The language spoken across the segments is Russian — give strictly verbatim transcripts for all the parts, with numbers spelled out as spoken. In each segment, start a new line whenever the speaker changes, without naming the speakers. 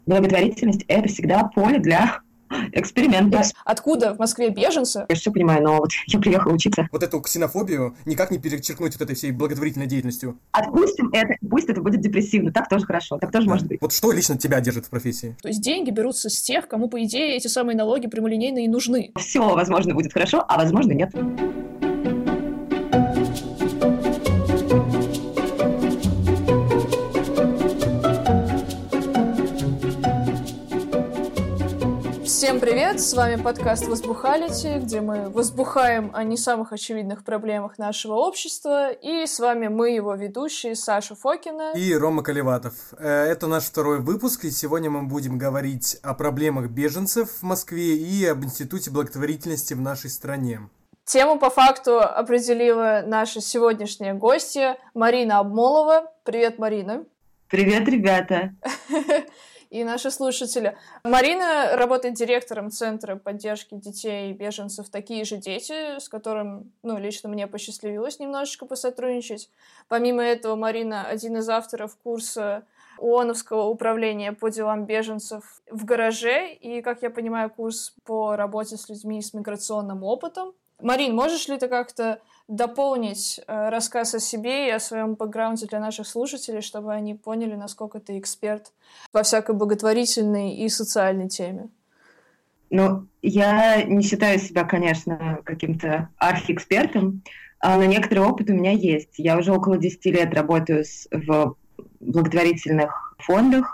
Благотворительность — это всегда поле для эксперимента.
Откуда в Москве беженцы?
Я все понимаю, но вот я приехала учиться.
Вот эту ксенофобию никак не перечеркнуть вот этой всей благотворительной деятельностью.
Отпустим это, пусть это будет депрессивно, так тоже хорошо, так тоже
да.
может быть.
Вот что лично тебя держит в профессии?
То есть деньги берутся с тех, кому, по идее, эти самые налоги прямолинейные и нужны.
Все, возможно, будет хорошо, а возможно, нет.
Всем привет, с вами подкаст «Возбухалити», где мы возбухаем о не самых очевидных проблемах нашего общества, и с вами мы, его ведущие, Саша Фокина
и Рома Колеватов. Это наш второй выпуск, и сегодня мы будем говорить о проблемах беженцев в Москве и об институте благотворительности в нашей стране.
Тему по факту определила наша сегодняшняя гостья Марина Обмолова. Привет, Марина.
Привет, ребята.
И наши слушатели. Марина работает директором Центра поддержки детей и беженцев «Такие же дети», с которым, ну, лично мне посчастливилось немножечко посотрудничать. Помимо этого, Марина один из авторов курса ООНовского управления по делам беженцев в гараже и, как я понимаю, курс по работе с людьми с миграционным опытом. Марин, можешь ли ты как-то дополнить э, рассказ о себе и о своем бэкграунде для наших слушателей, чтобы они поняли, насколько ты эксперт во всякой благотворительной и социальной теме?
Ну, я не считаю себя, конечно, каким-то архиэкспертом, но некоторый опыт у меня есть. Я уже около десяти лет работаю с, в благотворительных фондах,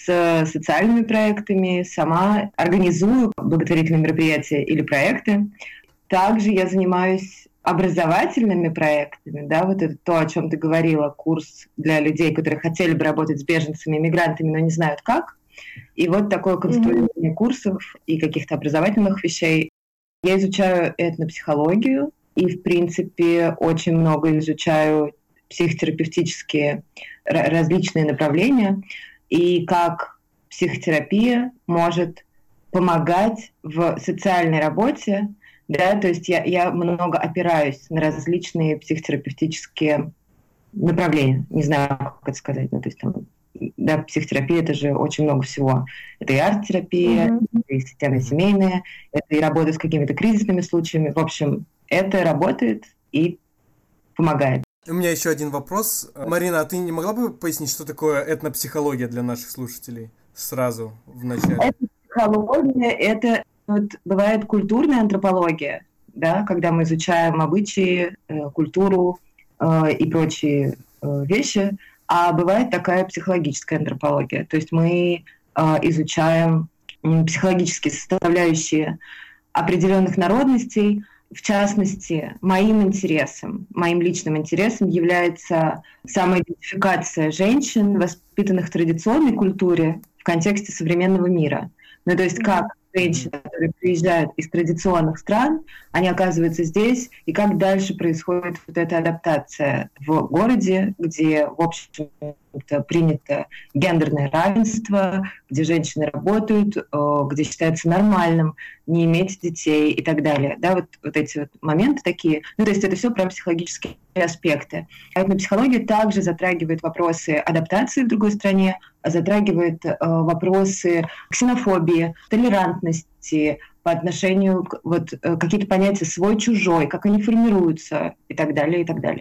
с социальными проектами, сама организую благотворительные мероприятия или проекты. Также я занимаюсь образовательными проектами, да, вот это то, о чем ты говорила, курс для людей, которые хотели бы работать с беженцами, мигрантами, но не знают как. И вот такое конструирование mm-hmm. курсов и каких-то образовательных вещей. Я изучаю этнопсихологию и, в принципе, очень много изучаю психотерапевтические различные направления и как психотерапия может помогать в социальной работе. Да, то есть я, я много опираюсь на различные психотерапевтические направления. Не знаю, как это сказать. Ну, то есть, там, да, психотерапия — это же очень много всего. Это и арт-терапия, mm-hmm. и системы семейные, это и работа с какими-то кризисными случаями. В общем, это работает и помогает.
У меня еще один вопрос. Марина, а ты не могла бы пояснить, что такое этнопсихология для наших слушателей сразу в начале?
Этнопсихология — это... Вот бывает культурная антропология, да, когда мы изучаем обычаи, э, культуру э, и прочие э, вещи, а бывает такая психологическая антропология. То есть мы э, изучаем э, психологические составляющие определенных народностей. В частности, моим интересом, моим личным интересом является самоидентификация женщин, воспитанных в традиционной культуре в контексте современного мира. Ну, то есть как женщины, которые приезжают из традиционных стран, они оказываются здесь, и как дальше происходит вот эта адаптация в городе, где, в общем-то, принято гендерное равенство, где женщины работают, где считается нормальным не иметь детей и так далее. Да, вот, вот эти вот моменты такие. Ну, то есть это все про психологические аспекты. А этнопсихология также затрагивает вопросы адаптации в другой стране, затрагивает э, вопросы ксенофобии, толерантности по отношению к вот, э, какие-то понятия свой-чужой, как они формируются и так далее, и так далее.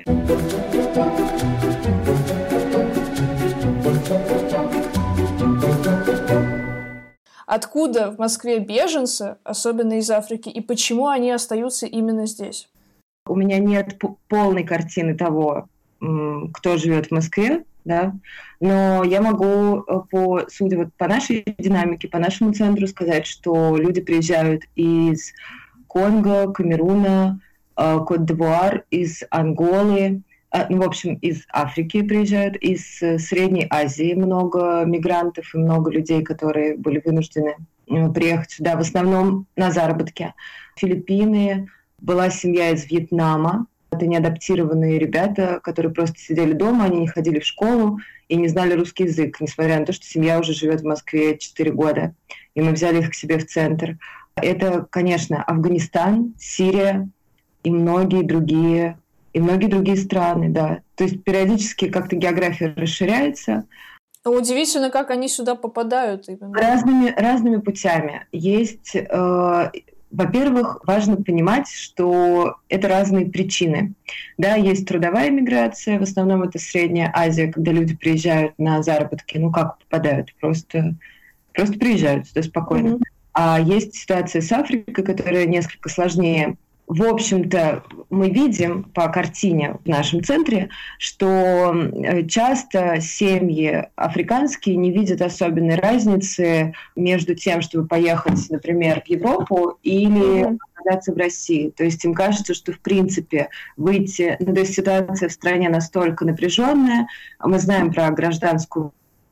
Откуда в Москве беженцы, особенно из Африки, и почему они остаются именно здесь?
У меня нет полной картины того, кто живет в Москве, да, но я могу, по, судя вот по нашей динамике, по нашему центру, сказать, что люди приезжают из Конго, Камеруна, Кот-д'Ивуар, из Анголы, ну, в общем, из Африки приезжают, из Средней Азии много мигрантов и много людей, которые были вынуждены приехать сюда, в основном на заработки. Филиппины, была семья из Вьетнама. Это неадаптированные ребята, которые просто сидели дома, они не ходили в школу и не знали русский язык, несмотря на то, что семья уже живет в Москве четыре года. И мы взяли их к себе в центр. Это, конечно, Афганистан, Сирия и многие другие и многие другие страны, да. То есть периодически как-то география расширяется.
Но удивительно, как они сюда попадают. Именно.
Разными, разными путями. Есть, э, во-первых, важно понимать, что это разные причины. Да, есть трудовая миграция, в основном это Средняя Азия, когда люди приезжают на заработки. Ну как попадают? Просто, просто приезжают сюда спокойно. Mm-hmm. А есть ситуация с Африкой, которая несколько сложнее. В общем-то, мы видим по картине в нашем центре, что часто семьи африканские не видят особенной разницы между тем, чтобы поехать, например, в Европу или оказаться в России. То есть им кажется, что в принципе выйти... Ну, то есть ситуация в стране настолько напряженная. Мы знаем про гражданскую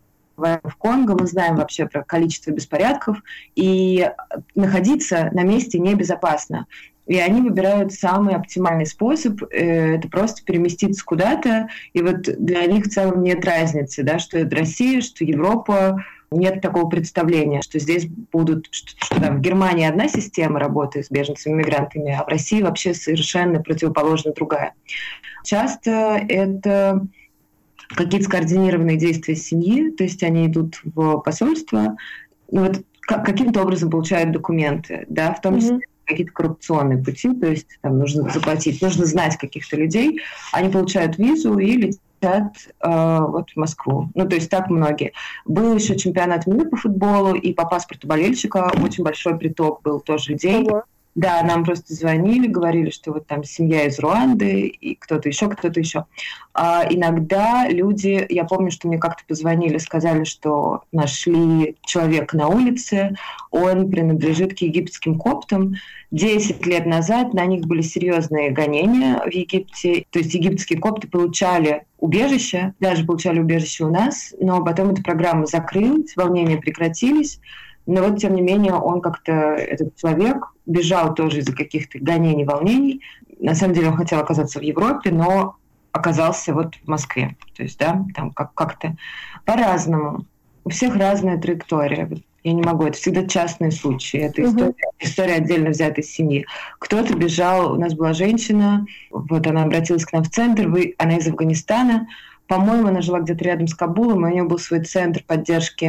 в Конго, мы знаем вообще про количество беспорядков, и находиться на месте небезопасно. И они выбирают самый оптимальный способ, э, это просто переместиться куда-то, и вот для них в целом нет разницы, да, что это Россия, что Европа, нет такого представления, что здесь будут, что, что там в Германии одна система работы с беженцами-мигрантами, а в России вообще совершенно противоположно другая. Часто это какие-то скоординированные действия семьи, то есть они идут в посольство, вот каким-то образом получают документы, да, в том числе mm-hmm. какие-то коррупционные пути, то есть там нужно заплатить, нужно знать каких-то людей, они получают визу и летят э, вот в Москву. Ну, то есть так многие. Был еще чемпионат мира по футболу, и по паспорту болельщика очень большой приток был тоже людей. Mm-hmm. Да, нам просто звонили, говорили, что вот там семья из Руанды и кто-то еще, кто-то еще. А иногда люди, я помню, что мне как-то позвонили, сказали, что нашли человека на улице, он принадлежит к египетским коптам. Десять лет назад на них были серьезные гонения в Египте, то есть египетские копты получали убежище, даже получали убежище у нас, но потом эта программа закрылась, волнения прекратились. Но вот, тем не менее, он как-то, этот человек, бежал тоже из-за каких-то гонений, волнений. На самом деле он хотел оказаться в Европе, но оказался вот в Москве. То есть, да, там как- как-то по-разному. У всех разная траектория. Я не могу, это всегда частные случаи. Это uh-huh. история, история отдельно взятой семьи. Кто-то бежал, у нас была женщина, вот она обратилась к нам в центр, вы, она из Афганистана. По-моему, она жила где-то рядом с Кабулом, и у нее был свой центр поддержки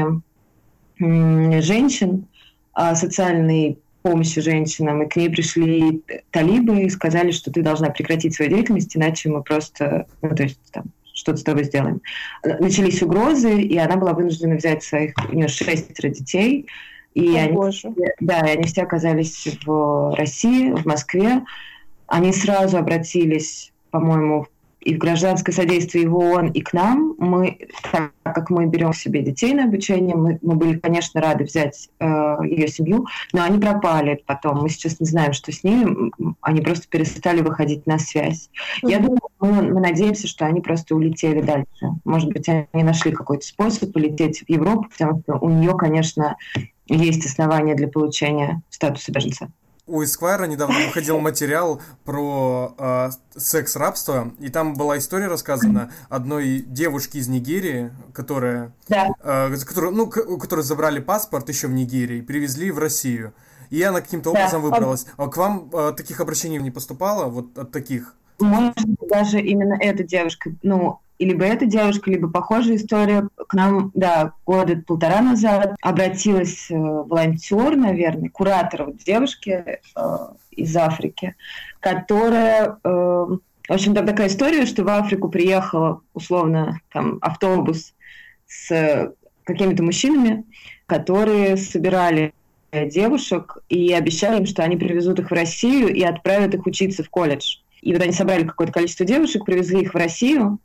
женщин, социальной помощи женщинам, и к ней пришли талибы и сказали, что ты должна прекратить свою деятельность, иначе мы просто, ну, то есть там, что-то с тобой сделаем. Начались угрозы, и она была вынуждена взять своих, у нее шестеро детей, и
О,
они,
Боже.
да, и они все оказались в России, в Москве. Они сразу обратились, по-моему, и в гражданское содействие, и в ООН, и к нам. Мы, так как мы берем себе детей на обучение, мы, мы были, конечно, рады взять э, ее семью, но они пропали потом. Мы сейчас не знаем, что с ними. Они просто перестали выходить на связь. Mm-hmm. Я думаю, мы, мы надеемся, что они просто улетели дальше. Может быть, они нашли какой-то способ улететь в Европу, потому что у нее, конечно, есть основания для получения статуса беженца.
У Esquire недавно выходил материал про э, секс-рабство, и там была история рассказана одной девушки из Нигерии, которая,
да.
э, которую, ну, к- у которой забрали паспорт еще в Нигерии, привезли в Россию, и она каким-то
да.
образом выбралась. А к вам э, таких обращений не поступало, вот от таких?
Может, даже именно эта девушка, ну, и либо эта девушка, либо похожая история. К нам, да, года полтора назад обратилась э, волонтер, наверное, куратор вот девушки э, из Африки, которая... Э, в общем, там такая история, что в Африку приехал, условно, там, автобус с какими-то мужчинами, которые собирали девушек и обещали им, что они привезут их в Россию и отправят их учиться в колледж. И вот они собрали какое-то количество девушек, привезли их в Россию,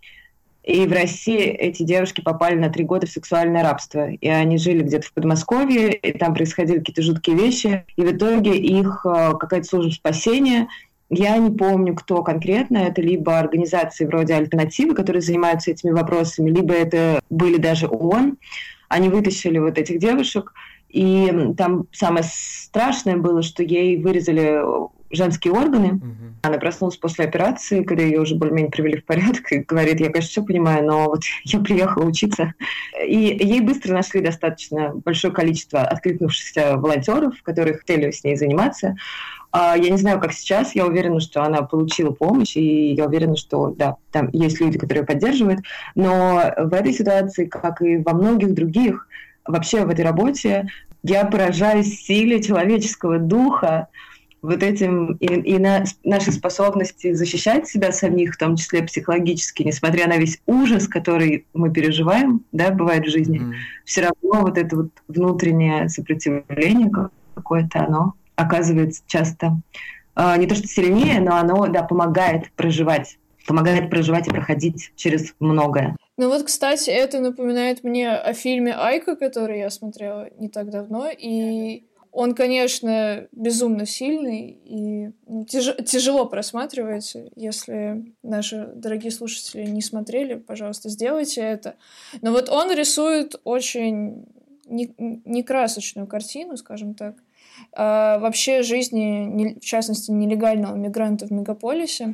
и в России эти девушки попали на три года в сексуальное рабство. И они жили где-то в Подмосковье, и там происходили какие-то жуткие вещи. И в итоге их какая-то служба спасения, я не помню, кто конкретно, это либо организации вроде «Альтернативы», которые занимаются этими вопросами, либо это были даже ООН. Они вытащили вот этих девушек, и там самое страшное было, что ей вырезали женские органы. Uh-huh. Она проснулась после операции, когда ее уже более-менее привели в порядок, и говорит, я, конечно, все понимаю, но вот я приехала учиться. И ей быстро нашли достаточно большое количество откликнувшихся волонтеров, которые хотели с ней заниматься. Я не знаю, как сейчас, я уверена, что она получила помощь, и я уверена, что да, там есть люди, которые поддерживают, но в этой ситуации, как и во многих других, вообще в этой работе, я поражаюсь силе человеческого духа, вот этим и, и на нашей способности защищать себя самих, в том числе психологически, несмотря на весь ужас, который мы переживаем, да, бывает в жизни, mm. все равно вот это вот внутреннее сопротивление какое-то, оно оказывается часто э, не то что сильнее, но оно, да, помогает проживать, помогает проживать и проходить через многое.
Ну вот, кстати, это напоминает мне о фильме «Айка», который я смотрела не так давно, и он, конечно, безумно сильный и тяж... тяжело просматривается. Если наши дорогие слушатели не смотрели, пожалуйста, сделайте это. Но вот он рисует очень не... некрасочную картину, скажем так, а вообще жизни, в частности, нелегального мигранта в мегаполисе.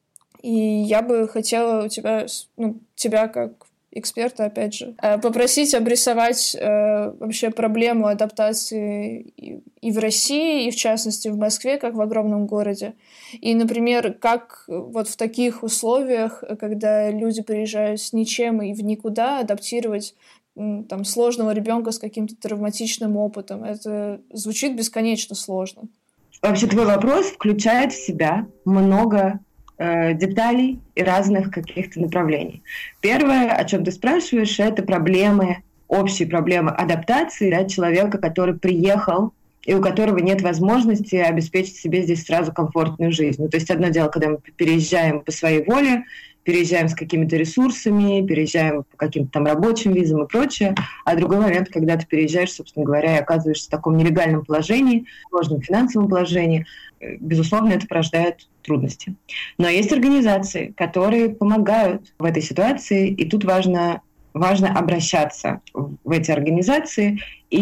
И я бы хотела у тебя, ну, тебя как эксперта, опять же, попросить обрисовать э, вообще проблему адаптации и, и в России, и в частности в Москве, как в огромном городе. И, например, как вот в таких условиях, когда люди приезжают с ничем и в никуда, адаптировать там сложного ребенка с каким-то травматичным опытом. Это звучит бесконечно сложно.
Вообще твой вопрос включает в себя много деталей и разных каких-то направлений. Первое, о чем ты спрашиваешь, это проблемы, общие проблемы адаптации, да, человека, который приехал и у которого нет возможности обеспечить себе здесь сразу комфортную жизнь. Ну, то есть одно дело, когда мы переезжаем по своей воле, переезжаем с какими-то ресурсами, переезжаем по каким-то там рабочим визам и прочее, а другой момент, когда ты переезжаешь, собственно говоря, и оказываешься в таком нелегальном положении, сложном финансовом положении, безусловно, это порождает трудности. Но есть организации, которые помогают в этой ситуации, и тут важно, важно обращаться в эти организации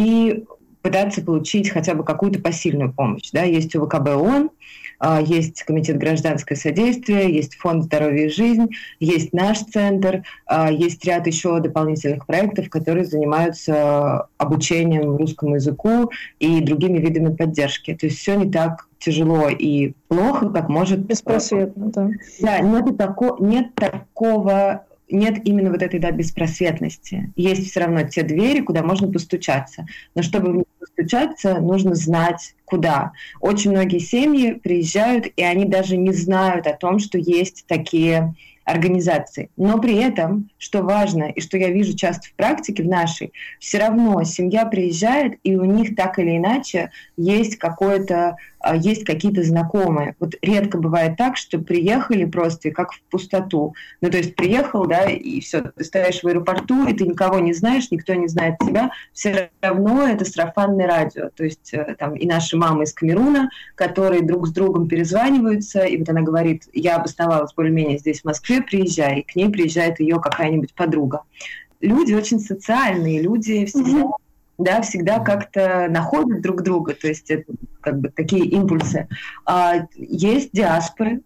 и пытаться получить хотя бы какую-то посильную помощь. Да? Есть УВКБ ООН, есть Комитет гражданское содействие, есть Фонд здоровья и жизнь, есть наш центр, есть ряд еще дополнительных проектов, которые занимаются обучением русскому языку и другими видами поддержки. То есть все не так тяжело и плохо, как может...
Беспросветно, да. Да,
нет, тако, нет такого... Нет именно вот этой, да, беспросветности. Есть все равно те двери, куда можно постучаться. Но чтобы в них постучаться, нужно знать, куда. Очень многие семьи приезжают, и они даже не знают о том, что есть такие организации. Но при этом, что важно, и что я вижу часто в практике, в нашей, все равно семья приезжает, и у них так или иначе есть какое-то, есть какие-то знакомые. Вот редко бывает так, что приехали просто и как в пустоту. Ну, то есть приехал, да, и все, ты стоишь в аэропорту, и ты никого не знаешь, никто не знает тебя, все равно это сарафанное радио. То есть там и наши мамы из Камеруна, которые друг с другом перезваниваются, и вот она говорит, я обосновалась более-менее здесь, в Москве, приезжай, и к ней приезжает ее какая-нибудь подруга. Люди очень социальные, люди всегда, mm-hmm. да, всегда как-то находят друг друга, то есть это как бы такие импульсы. А есть диаспоры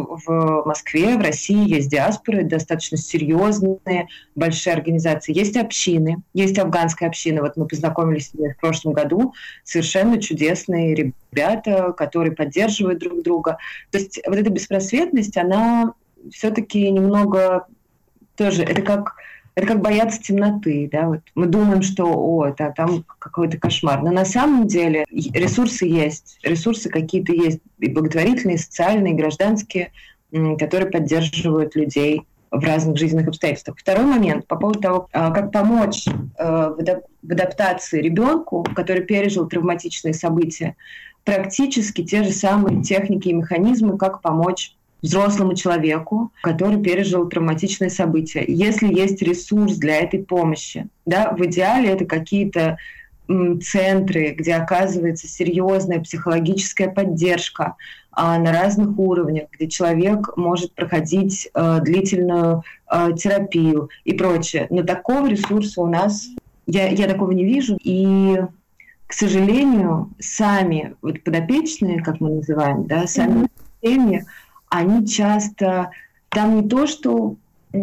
в Москве, в России есть диаспоры, достаточно серьезные, большие организации. Есть общины, есть афганская община. Вот мы познакомились с ней в прошлом году, совершенно чудесные ребята, которые поддерживают друг друга. То есть вот эта беспросветность, она все-таки немного тоже, это как, это как бояться темноты, да, вот мы думаем, что, о, это там какой-то кошмар, но на самом деле ресурсы есть, ресурсы какие-то есть, и благотворительные, и социальные, и гражданские, которые поддерживают людей в разных жизненных обстоятельствах. Второй момент по поводу того, как помочь в адаптации ребенку, который пережил травматичные события, практически те же самые техники и механизмы, как помочь взрослому человеку, который пережил травматичные события. Если есть ресурс для этой помощи, да, в идеале это какие-то м, центры, где оказывается серьезная психологическая поддержка а, на разных уровнях, где человек может проходить а, длительную а, терапию и прочее. Но такого ресурса у нас, я, я такого не вижу. И к сожалению, сами вот подопечные, как мы называем, да, сами mm-hmm. семьи, они часто, там не то, что,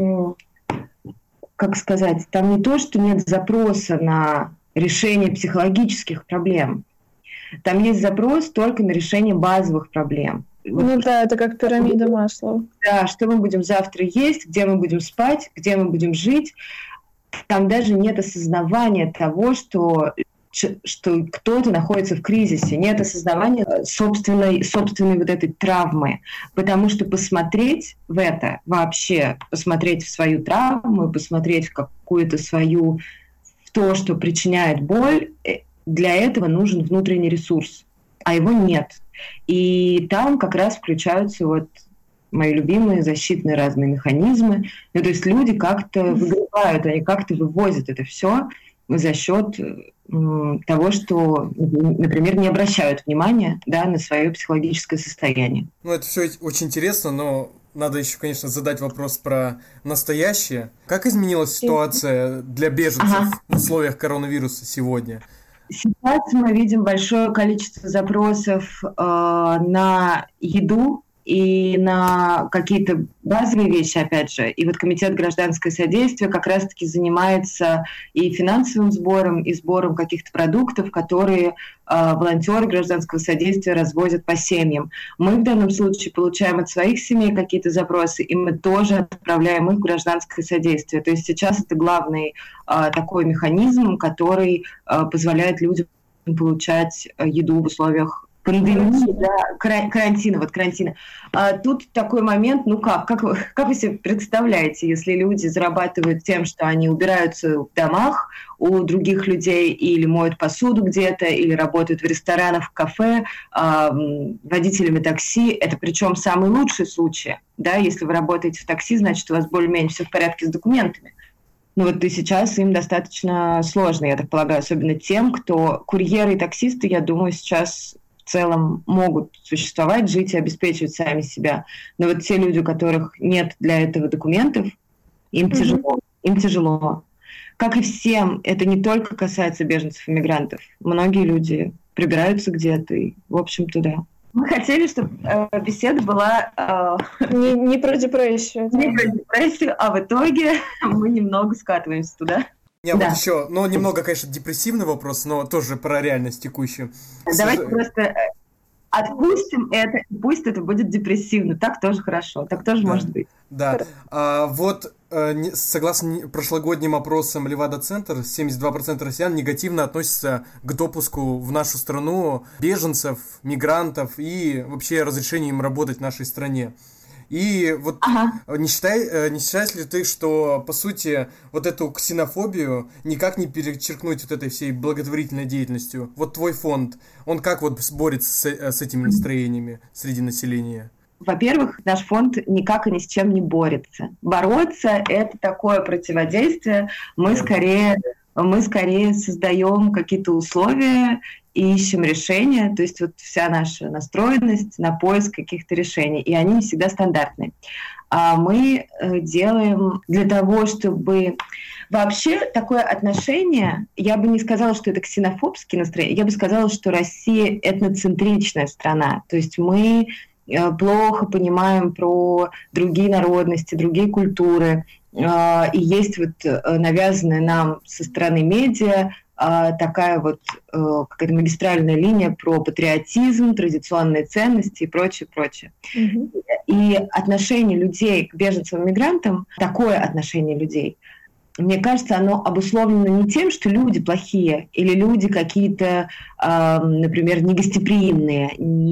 как сказать, там не то, что нет запроса на решение психологических проблем, там есть запрос только на решение базовых проблем.
Ну вот, да, это как пирамида Маслоу.
Да, что мы будем завтра есть, где мы будем спать, где мы будем жить. Там даже нет осознавания того, что, что кто-то находится в кризисе, нет осознавания собственной, собственной вот этой травмы. Потому что посмотреть в это вообще, посмотреть в свою травму, посмотреть в какую-то свою, в то, что причиняет боль, для этого нужен внутренний ресурс, а его нет. И там как раз включаются вот мои любимые защитные разные механизмы. Ну, то есть люди как-то выгребают, они как-то вывозят это все за счет м, того, что, например, не обращают внимания, да, на свое психологическое состояние.
Ну, это все очень интересно, но надо еще, конечно, задать вопрос про настоящее. Как изменилась ситуация для беженцев ага. в условиях коронавируса сегодня?
Сейчас мы видим большое количество запросов э, на еду и на какие-то базовые вещи, опять же. И вот Комитет гражданское содействие как раз-таки занимается и финансовым сбором, и сбором каких-то продуктов, которые э, волонтеры гражданского содействия развозят по семьям. Мы в данном случае получаем от своих семей какие-то запросы, и мы тоже отправляем их в гражданское содействие. То есть сейчас это главный э, такой механизм, который э, позволяет людям получать э, еду в условиях пандемии, да, карантина, вот карантина. А тут такой момент, ну как, как, вы, как вы себе представляете, если люди зарабатывают тем, что они убираются в домах у других людей или моют посуду где-то, или работают в ресторанах, в кафе, э, водителями такси, это причем самый лучший случай, да, если вы работаете в такси, значит, у вас более-менее все в порядке с документами. Ну вот и сейчас им достаточно сложно, я так полагаю, особенно тем, кто курьеры и таксисты, я думаю, сейчас в целом могут существовать, жить и обеспечивать сами себя. Но вот те люди, у которых нет для этого документов, им mm-hmm. тяжело. Им тяжело. Как и всем, это не только касается беженцев и мигрантов. Многие люди прибираются где-то, и, в общем-то, да. Мы хотели, чтобы э, беседа была э,
не, не про депрессию.
Не про депрессию, а в итоге мы немного скатываемся туда.
Не, да. Вот еще, ну, немного, конечно, депрессивный вопрос, но тоже про реальность текущую.
Давайте Сож... просто отпустим это, и пусть это будет депрессивно. Так тоже хорошо, так тоже
да.
может быть.
Да, а, вот согласно прошлогодним опросам Левада-центр, семьдесят два процента россиян негативно относятся к допуску в нашу страну беженцев, мигрантов и вообще разрешению им работать в нашей стране. И вот ага. не, считай, не считаешь ли ты, что, по сути, вот эту ксенофобию никак не перечеркнуть вот этой всей благотворительной деятельностью? Вот твой фонд, он как вот борется с, с этими настроениями среди населения?
Во-первых, наш фонд никак и ни с чем не борется. Бороться – это такое противодействие. Мы скорее, мы скорее создаем какие-то условия и ищем решения. То есть вот вся наша настроенность на поиск каких-то решений. И они не всегда стандартные. А мы делаем для того, чтобы… Вообще такое отношение, я бы не сказала, что это ксенофобские настроения, я бы сказала, что Россия – этноцентричная страна. То есть мы плохо понимаем про другие народности, другие культуры. И есть вот навязанная нам со стороны медиа такая вот какая-то магистральная линия про патриотизм, традиционные ценности и прочее, прочее. Mm-hmm. И отношение людей к беженцам и мигрантам, такое отношение людей, мне кажется, оно обусловлено не тем, что люди плохие или люди какие-то, например, негостеприимные,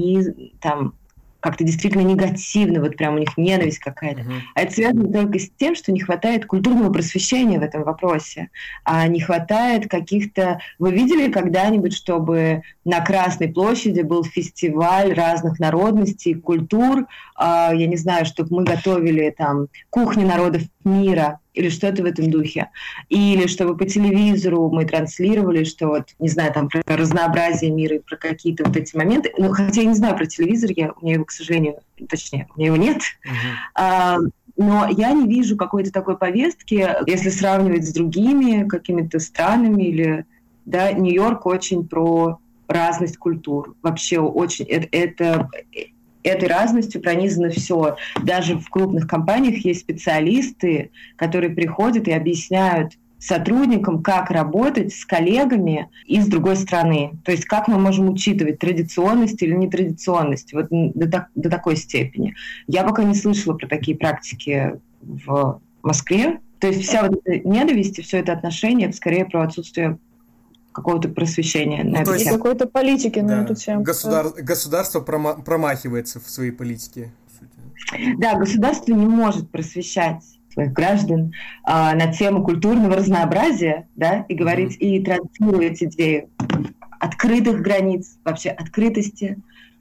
не там как-то действительно негативно, вот прям у них ненависть какая-то. Uh-huh. А это связано только с тем, что не хватает культурного просвещения в этом вопросе. А не хватает каких-то... Вы видели когда-нибудь, чтобы на Красной площади был фестиваль разных народностей, культур, а, я не знаю, чтобы мы готовили там кухни народов мира, или что-то в этом духе. Или чтобы по телевизору мы транслировали, что вот, не знаю, там про разнообразие мира и про какие-то вот эти моменты. Ну, хотя я не знаю про телевизор, я, у меня его, к сожалению, точнее, у меня его нет. Uh-huh. А, но я не вижу какой-то такой повестки, если сравнивать с другими какими-то странами или да, Нью-Йорк очень про разность культур. Вообще очень это, это этой разностью пронизано все. Даже в крупных компаниях есть специалисты, которые приходят и объясняют сотрудникам, как работать с коллегами из другой страны. То есть как мы можем учитывать традиционность или нетрадиционность вот до, так, до такой степени. Я пока не слышала про такие практики в Москве. То есть вся вот эта ненависть и все это отношение, это скорее про отсутствие какого-то просвещения.
Ну,
на
то есть какой-то политики
да.
на эту тему.
Государ... Государство прома... промахивается в своей политике.
Да, государство не может просвещать своих граждан а, на тему культурного разнообразия, да, и говорить, mm-hmm. и транслировать идею открытых границ, вообще открытости,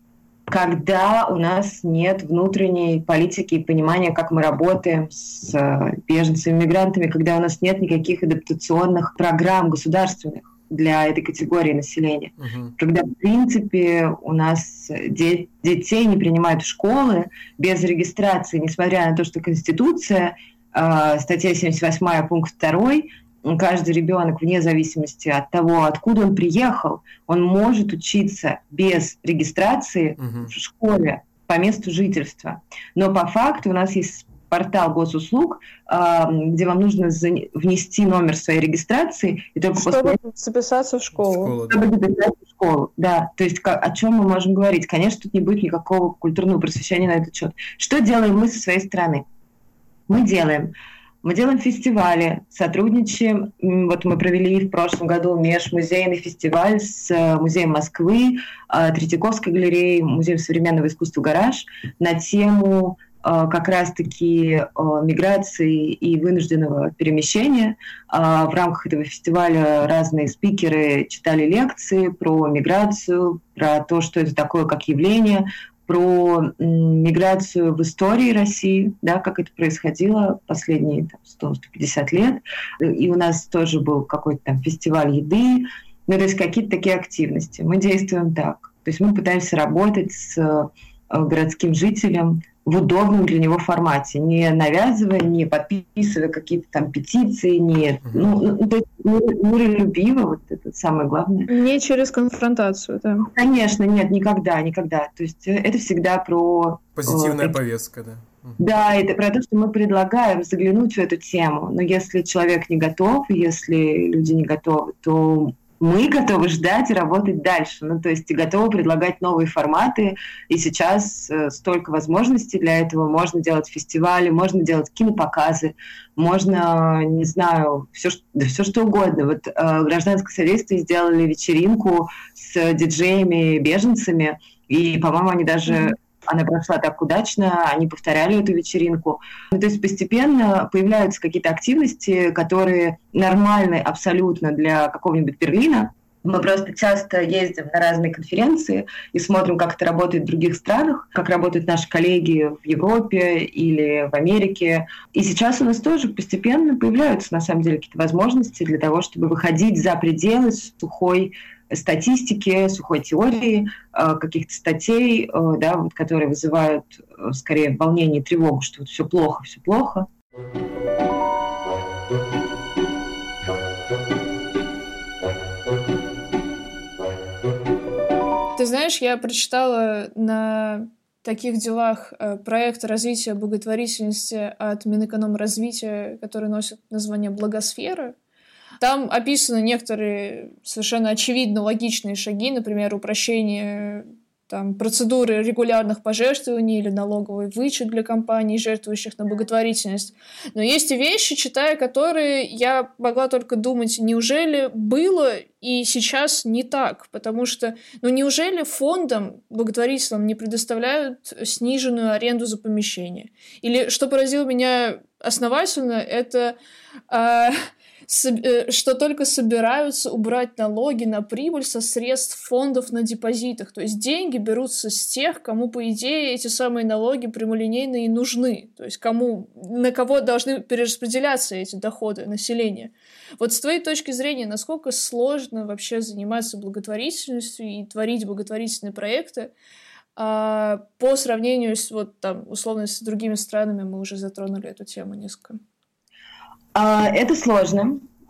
когда у нас нет внутренней политики и понимания, как мы работаем с беженцами, мигрантами, когда у нас нет никаких адаптационных программ государственных для этой категории населения. Uh-huh. Когда, в принципе, у нас де- детей не принимают в школы без регистрации, несмотря на то, что Конституция, э, статья семьдесят восемь, пункт два, каждый ребенок, вне зависимости от того, откуда он приехал, он может учиться без регистрации uh-huh. в школе по месту жительства. Но по факту у нас есть портал госуслуг, где вам нужно внести номер своей регистрации. И только
чтобы
после...
записаться в школу.
Чтобы записаться в школу, да. То есть о чем мы можем говорить? Конечно, тут не будет никакого культурного просвещения на этот счет. Что делаем мы со своей стороны? Мы делаем... Мы делаем фестивали, сотрудничаем. Вот мы провели в прошлом году межмузейный фестиваль с Музеем Москвы, Третьяковской галереей, Музеем современного искусства «Гараж» на тему как раз-таки миграции и вынужденного перемещения. В рамках этого фестиваля разные спикеры читали лекции про миграцию, про то, что это такое как явление, про миграцию в истории России, да, как это происходило последние сто - сто пятьдесят лет. И у нас тоже был какой-то там фестиваль еды, ну, то есть какие-то такие активности. Мы действуем так. То есть мы пытаемся работать с городским жителем в удобном для него формате, не навязывая, не подписывая какие-то там петиции, не, ну, то есть миролюбиво, вот это самое главное.
Не через конфронтацию, да.
Конечно, нет, никогда, никогда. То есть это всегда про...
Позитивная
э,
повестка, да.
Да, это про то, что мы предлагаем заглянуть в эту тему. Но если человек не готов, если люди не готовы, то мы готовы ждать и работать дальше. Ну, то есть и готовы предлагать новые форматы. И сейчас э, столько возможностей для этого. Можно делать фестивали, можно делать кинопоказы, можно, не знаю, все, да все что угодно. Вот э, гражданское содействие сделали вечеринку с диджеями-беженцами, и, по-моему, они даже... Mm-hmm. Она прошла так удачно, они повторяли эту вечеринку. Ну, то есть постепенно появляются какие-то активности, которые нормальны абсолютно для какого-нибудь Берлина. Мы просто часто ездим на разные конференции и смотрим, как это работает в других странах, как работают наши коллеги в Европе или в Америке. И сейчас у нас тоже постепенно появляются, на самом деле, какие-то возможности для того, чтобы выходить за пределы сухой статистики, сухой теории, каких-то статей, да, вот, которые вызывают скорее волнение и тревогу, что вот все плохо, все плохо.
Ты знаешь, я прочитала на таких делах проект развития благотворительности от Минэкономразвития, который носит название «Благосфера». Там описаны некоторые совершенно очевидно логичные шаги, например, упрощение там, процедуры регулярных пожертвований или налоговый вычет для компаний, жертвующих на благотворительность. Но есть и вещи, читая которые, я могла только думать, неужели было и сейчас не так? Потому что, ну неужели фондам благотворительным не предоставляют сниженную аренду за помещение? Или, что поразило меня основательно, это... Э, что только собираются убрать налоги на прибыль со средств фондов на депозитах. То есть деньги берутся с тех, кому, по идее, эти самые налоги прямолинейно и нужны. То есть кому, на кого должны перераспределяться эти доходы населения. Вот с твоей точки зрения, насколько сложно вообще заниматься благотворительностью и творить благотворительные проекты, а по сравнению с, вот, там, условно, с другими странами, мы уже затронули эту тему несколько.
Это сложно.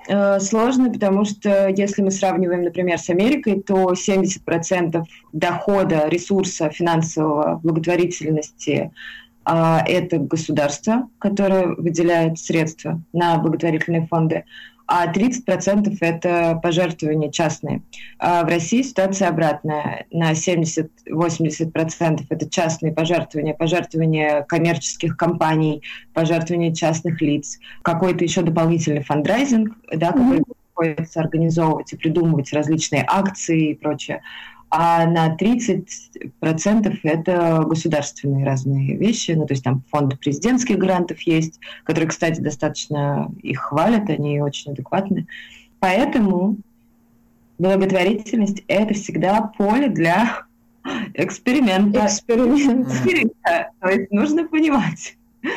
э, сложно, потому что если мы сравниваем, например, с Америкой, то семьдесят процентов дохода, ресурса финансового, благотворительности э, это государство, которое выделяет средства на благотворительные фонды, а тридцать процентов это пожертвования частные. А в России ситуация обратная. На семьдесят-восемьдесят процентов это частные пожертвования, пожертвования коммерческих компаний, пожертвования частных лиц, какой-то еще дополнительный фандрайзинг, да, который приходится организовывать и придумывать различные акции и прочее. А на тридцать процентов это государственные разные вещи, ну, то есть там фонды президентских грантов есть, которые, кстати, достаточно их хвалят, они очень адекватны. Поэтому благотворительность – это всегда поле для эксперимента. Эксперимента. То есть нужно понимать,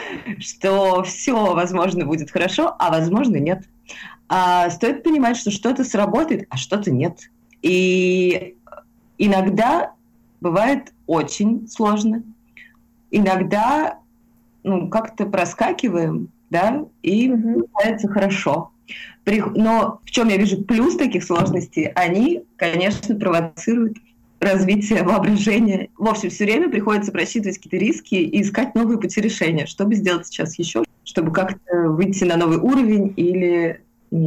что все, возможно, будет хорошо, а возможно, нет. А стоит понимать, что что-то сработает, а что-то нет. И иногда бывает очень сложно. Иногда ну, как-то проскакиваем, да, и получается хорошо. Но в чем я вижу плюс таких сложностей? Они, конечно, провоцируют развитие воображения. В общем, все время приходится просчитывать какие-то риски и искать новые пути решения. Что бы сделать сейчас еще, чтобы как-то выйти на новый уровень или...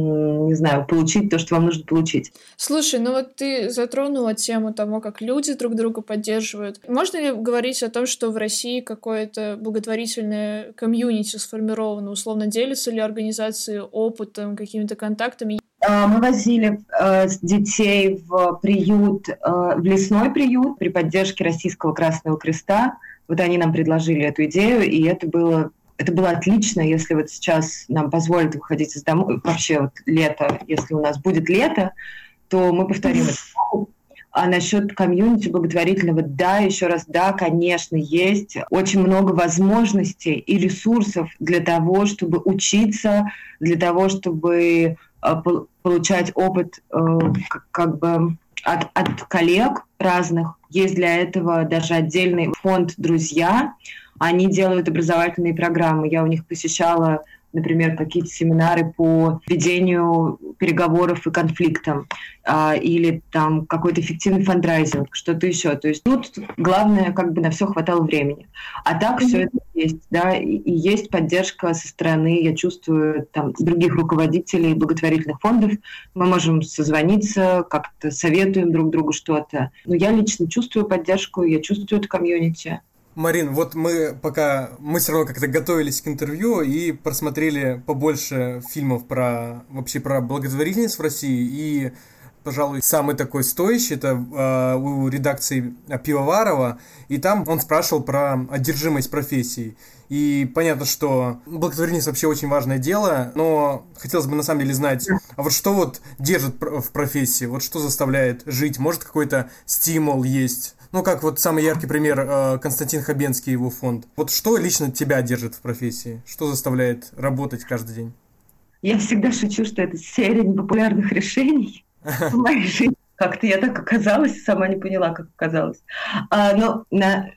не знаю, получить то, что вам нужно получить.
Слушай, ну вот ты затронула тему того, как люди друг друга поддерживают. Можно ли говорить о том, что в России какое-то благотворительное комьюнити сформировано? Условно, делятся ли организации опытом, какими-то контактами?
Мы возили э, детей в приют, э, в лесной приют при поддержке Российского Красного Креста. Вот они нам предложили эту идею, и это было Это было отлично, если вот сейчас нам позволят выходить из дома, вообще вот лето, если у нас будет лето, то мы повторим это. А насчет комьюнити благотворительного, да, еще раз, да, конечно, есть очень много возможностей и ресурсов для того, чтобы учиться, для того, чтобы э, получать опыт э, как, как бы от, от коллег разных. Есть для этого даже отдельный фонд «Друзья». Они делают образовательные программы. Я у них посещала, например, какие-то семинары по ведению переговоров и конфликтам, а, или там какой-то эффективный фандрайзинг, что-то еще. То есть тут главное, как бы на все хватало времени. А так mm-hmm. все это есть, да, и, и есть поддержка со стороны, я чувствую, там, других руководителей благотворительных фондов. Мы можем созвониться, как-то советуем друг другу что-то. Но я лично чувствую поддержку, я чувствую это комьюнити.
Марин, вот мы пока, мы все равно как-то готовились к интервью и просмотрели побольше фильмов про, вообще про благотворительность в России, и, пожалуй, самый такой стоящий, это э, у редакции Пивоварова, и там он спрашивал про одержимость профессией. И понятно, что благотворительность вообще очень важное дело, но хотелось бы на самом деле знать, а вот что вот держит в профессии, вот что заставляет жить, может какой-то стимул есть? Ну, как вот самый яркий пример Константин Хабенский, его фонд. Вот что лично тебя держит в профессии? Что заставляет работать каждый день?
Я всегда шучу, что это серия непопулярных решений в моей жизни. Как-то я так оказалась, сама не поняла, как оказалось. А, но на...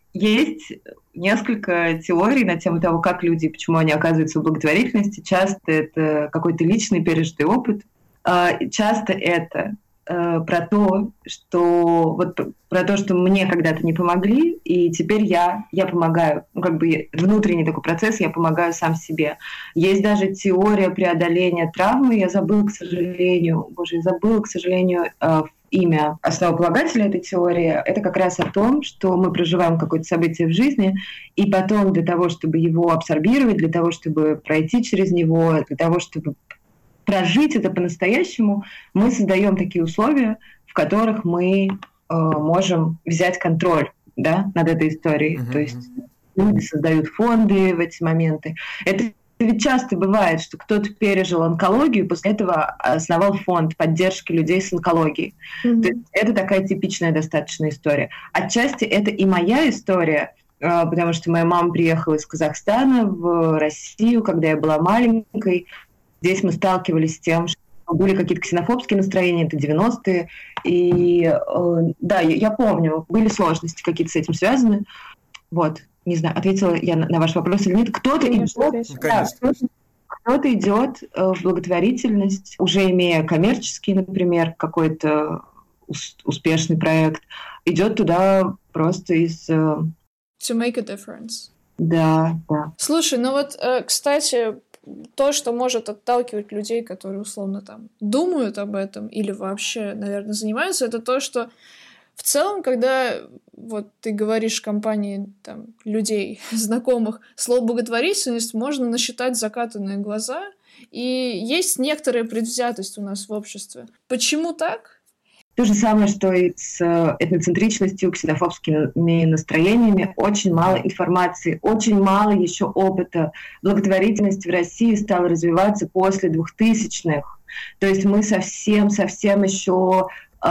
есть несколько теорий на тему того, как люди, почему они оказываются в благотворительности. Часто это какой-то личный пережитый опыт. А, часто это про то, что вот про то, что мне когда-то не помогли, и теперь я, я помогаю. Ну, как бы внутренний такой процесс, я помогаю сам себе. Есть даже теория преодоления травмы. Я забыла, к сожалению, боже, я забыла, к сожалению, имя основополагателя этой теории. Это как раз о том, что мы проживаем какое-то событие в жизни, и потом для того, чтобы его абсорбировать, для того, чтобы пройти через него, для того, чтобы прожить это по-настоящему, мы создаем такие условия, в которых мы э, можем взять контроль, да, над этой историей. Uh-huh. То есть люди создают фонды в эти моменты. Это ведь часто бывает, что кто-то пережил онкологию, после этого основал фонд поддержки людей с онкологией. Uh-huh. То есть это такая типичная достаточно история. Отчасти это и моя история, э, потому что моя мама приехала из Казахстана в Россию, когда я была маленькой. Здесь мы сталкивались с тем, что были какие-то ксенофобские настроения, это девяностые. И э, да, я, я помню, были сложности какие-то с этим связаны. Вот, не знаю, ответила я на, на ваш вопрос или нет. Кто-то,
Конечно,
и, да, кто-то, кто-то идет в благотворительность, уже имея коммерческий, например, какой-то успешный проект, идет туда просто из...
To make a difference.
Да, да.
Слушай, ну вот, кстати, то, что может отталкивать людей, которые условно там думают об этом или вообще, наверное, занимаются, это то, что в целом, когда вот ты говоришь компании там, людей, знакомых, слово «благотворительность» можно насчитать закатанные глаза, и есть некоторая предвзятость у нас в обществе. Почему так?
То же самое, что и с этноцентричностью, ксенофобскими настроениями. Очень мало информации, очень мало еще опыта. Благотворительность в России стала развиваться после двухтысячных. То есть мы совсем-совсем еще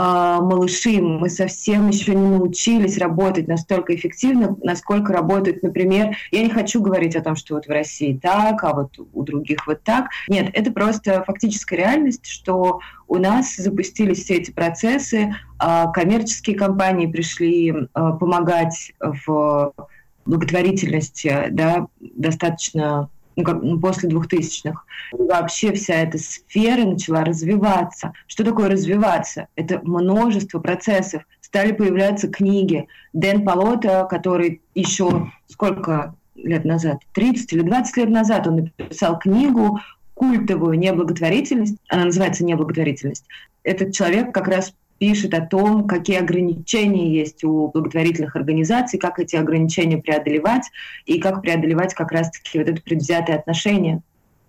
малыши, мы совсем еще не научились работать настолько эффективно, насколько работают, например, я не хочу говорить о том, что вот в России так, а вот у других вот так. Нет, это просто фактическая реальность, что у нас запустились все эти процессы, коммерческие компании пришли помогать в благотворительности, да, достаточно Ну, как, ну, после двухтысячных. Вообще вся эта сфера начала развиваться. Что такое развиваться? Это множество процессов. Стали появляться книги. Дэн Палота, который еще сколько лет назад? тридцать или двадцать лет назад он написал книгу культовую «Неблаготворительность». Она называется «Неблаготворительность». Этот человек как раз пишет о том, какие ограничения есть у благотворительных организаций, как эти ограничения преодолевать и как преодолевать как раз-таки вот это предвзятое отношение.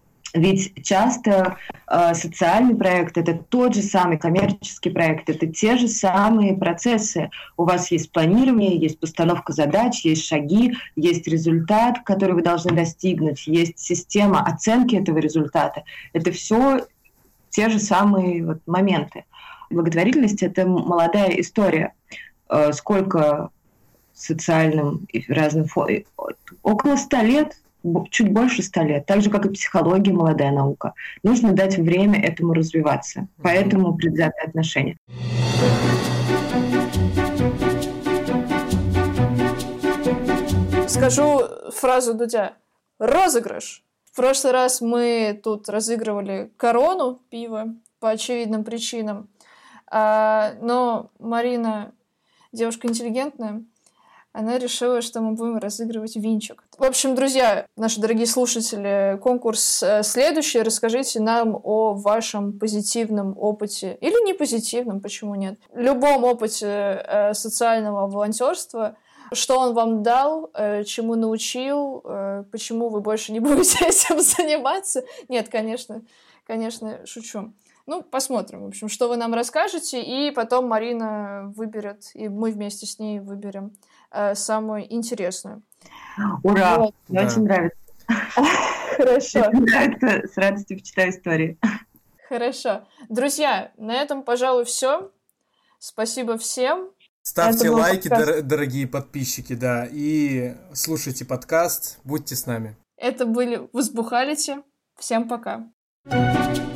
Ведь часто э, социальный проект — это тот же самый коммерческий проект, это те же самые процессы. У вас есть планирование, есть постановка задач, есть шаги, есть результат, который вы должны достигнуть, есть система оценки этого результата. Это все те же самые вот моменты. Благотворительность — это молодая история. Сколько социальным и разным фондам? Около ста лет, чуть больше ста лет. Так же, как и психология, молодая наука. Нужно дать время этому развиваться. Поэтому предвзятое отношение.
Скажу фразу Дудя. Розыгрыш. В прошлый раз мы тут разыгрывали корону пива по очевидным причинам. А, но Марина, девушка интеллигентная, она решила, что мы будем разыгрывать винчик. В общем, друзья, наши дорогие слушатели, конкурс следующий. Расскажите нам о вашем позитивном опыте. Или не позитивном, почему нет? Любом опыте социального волонтерства. Что он вам дал, чему научил, почему вы больше не будете этим заниматься. Нет, конечно, конечно, шучу. Ну, посмотрим, в общем, что вы нам расскажете, и потом Марина выберет, и мы вместе с ней выберем э, самую интересную.
Ура! Вот. Мне да. очень нравится.
Хорошо.
Мне нравится, с радостью почитаю истории.
Хорошо. Друзья, на этом, пожалуй, все. Спасибо всем.
Ставьте лайки, дор- дорогие подписчики, да, и слушайте подкаст. Будьте с нами.
Это были Возбухалити. Всем пока.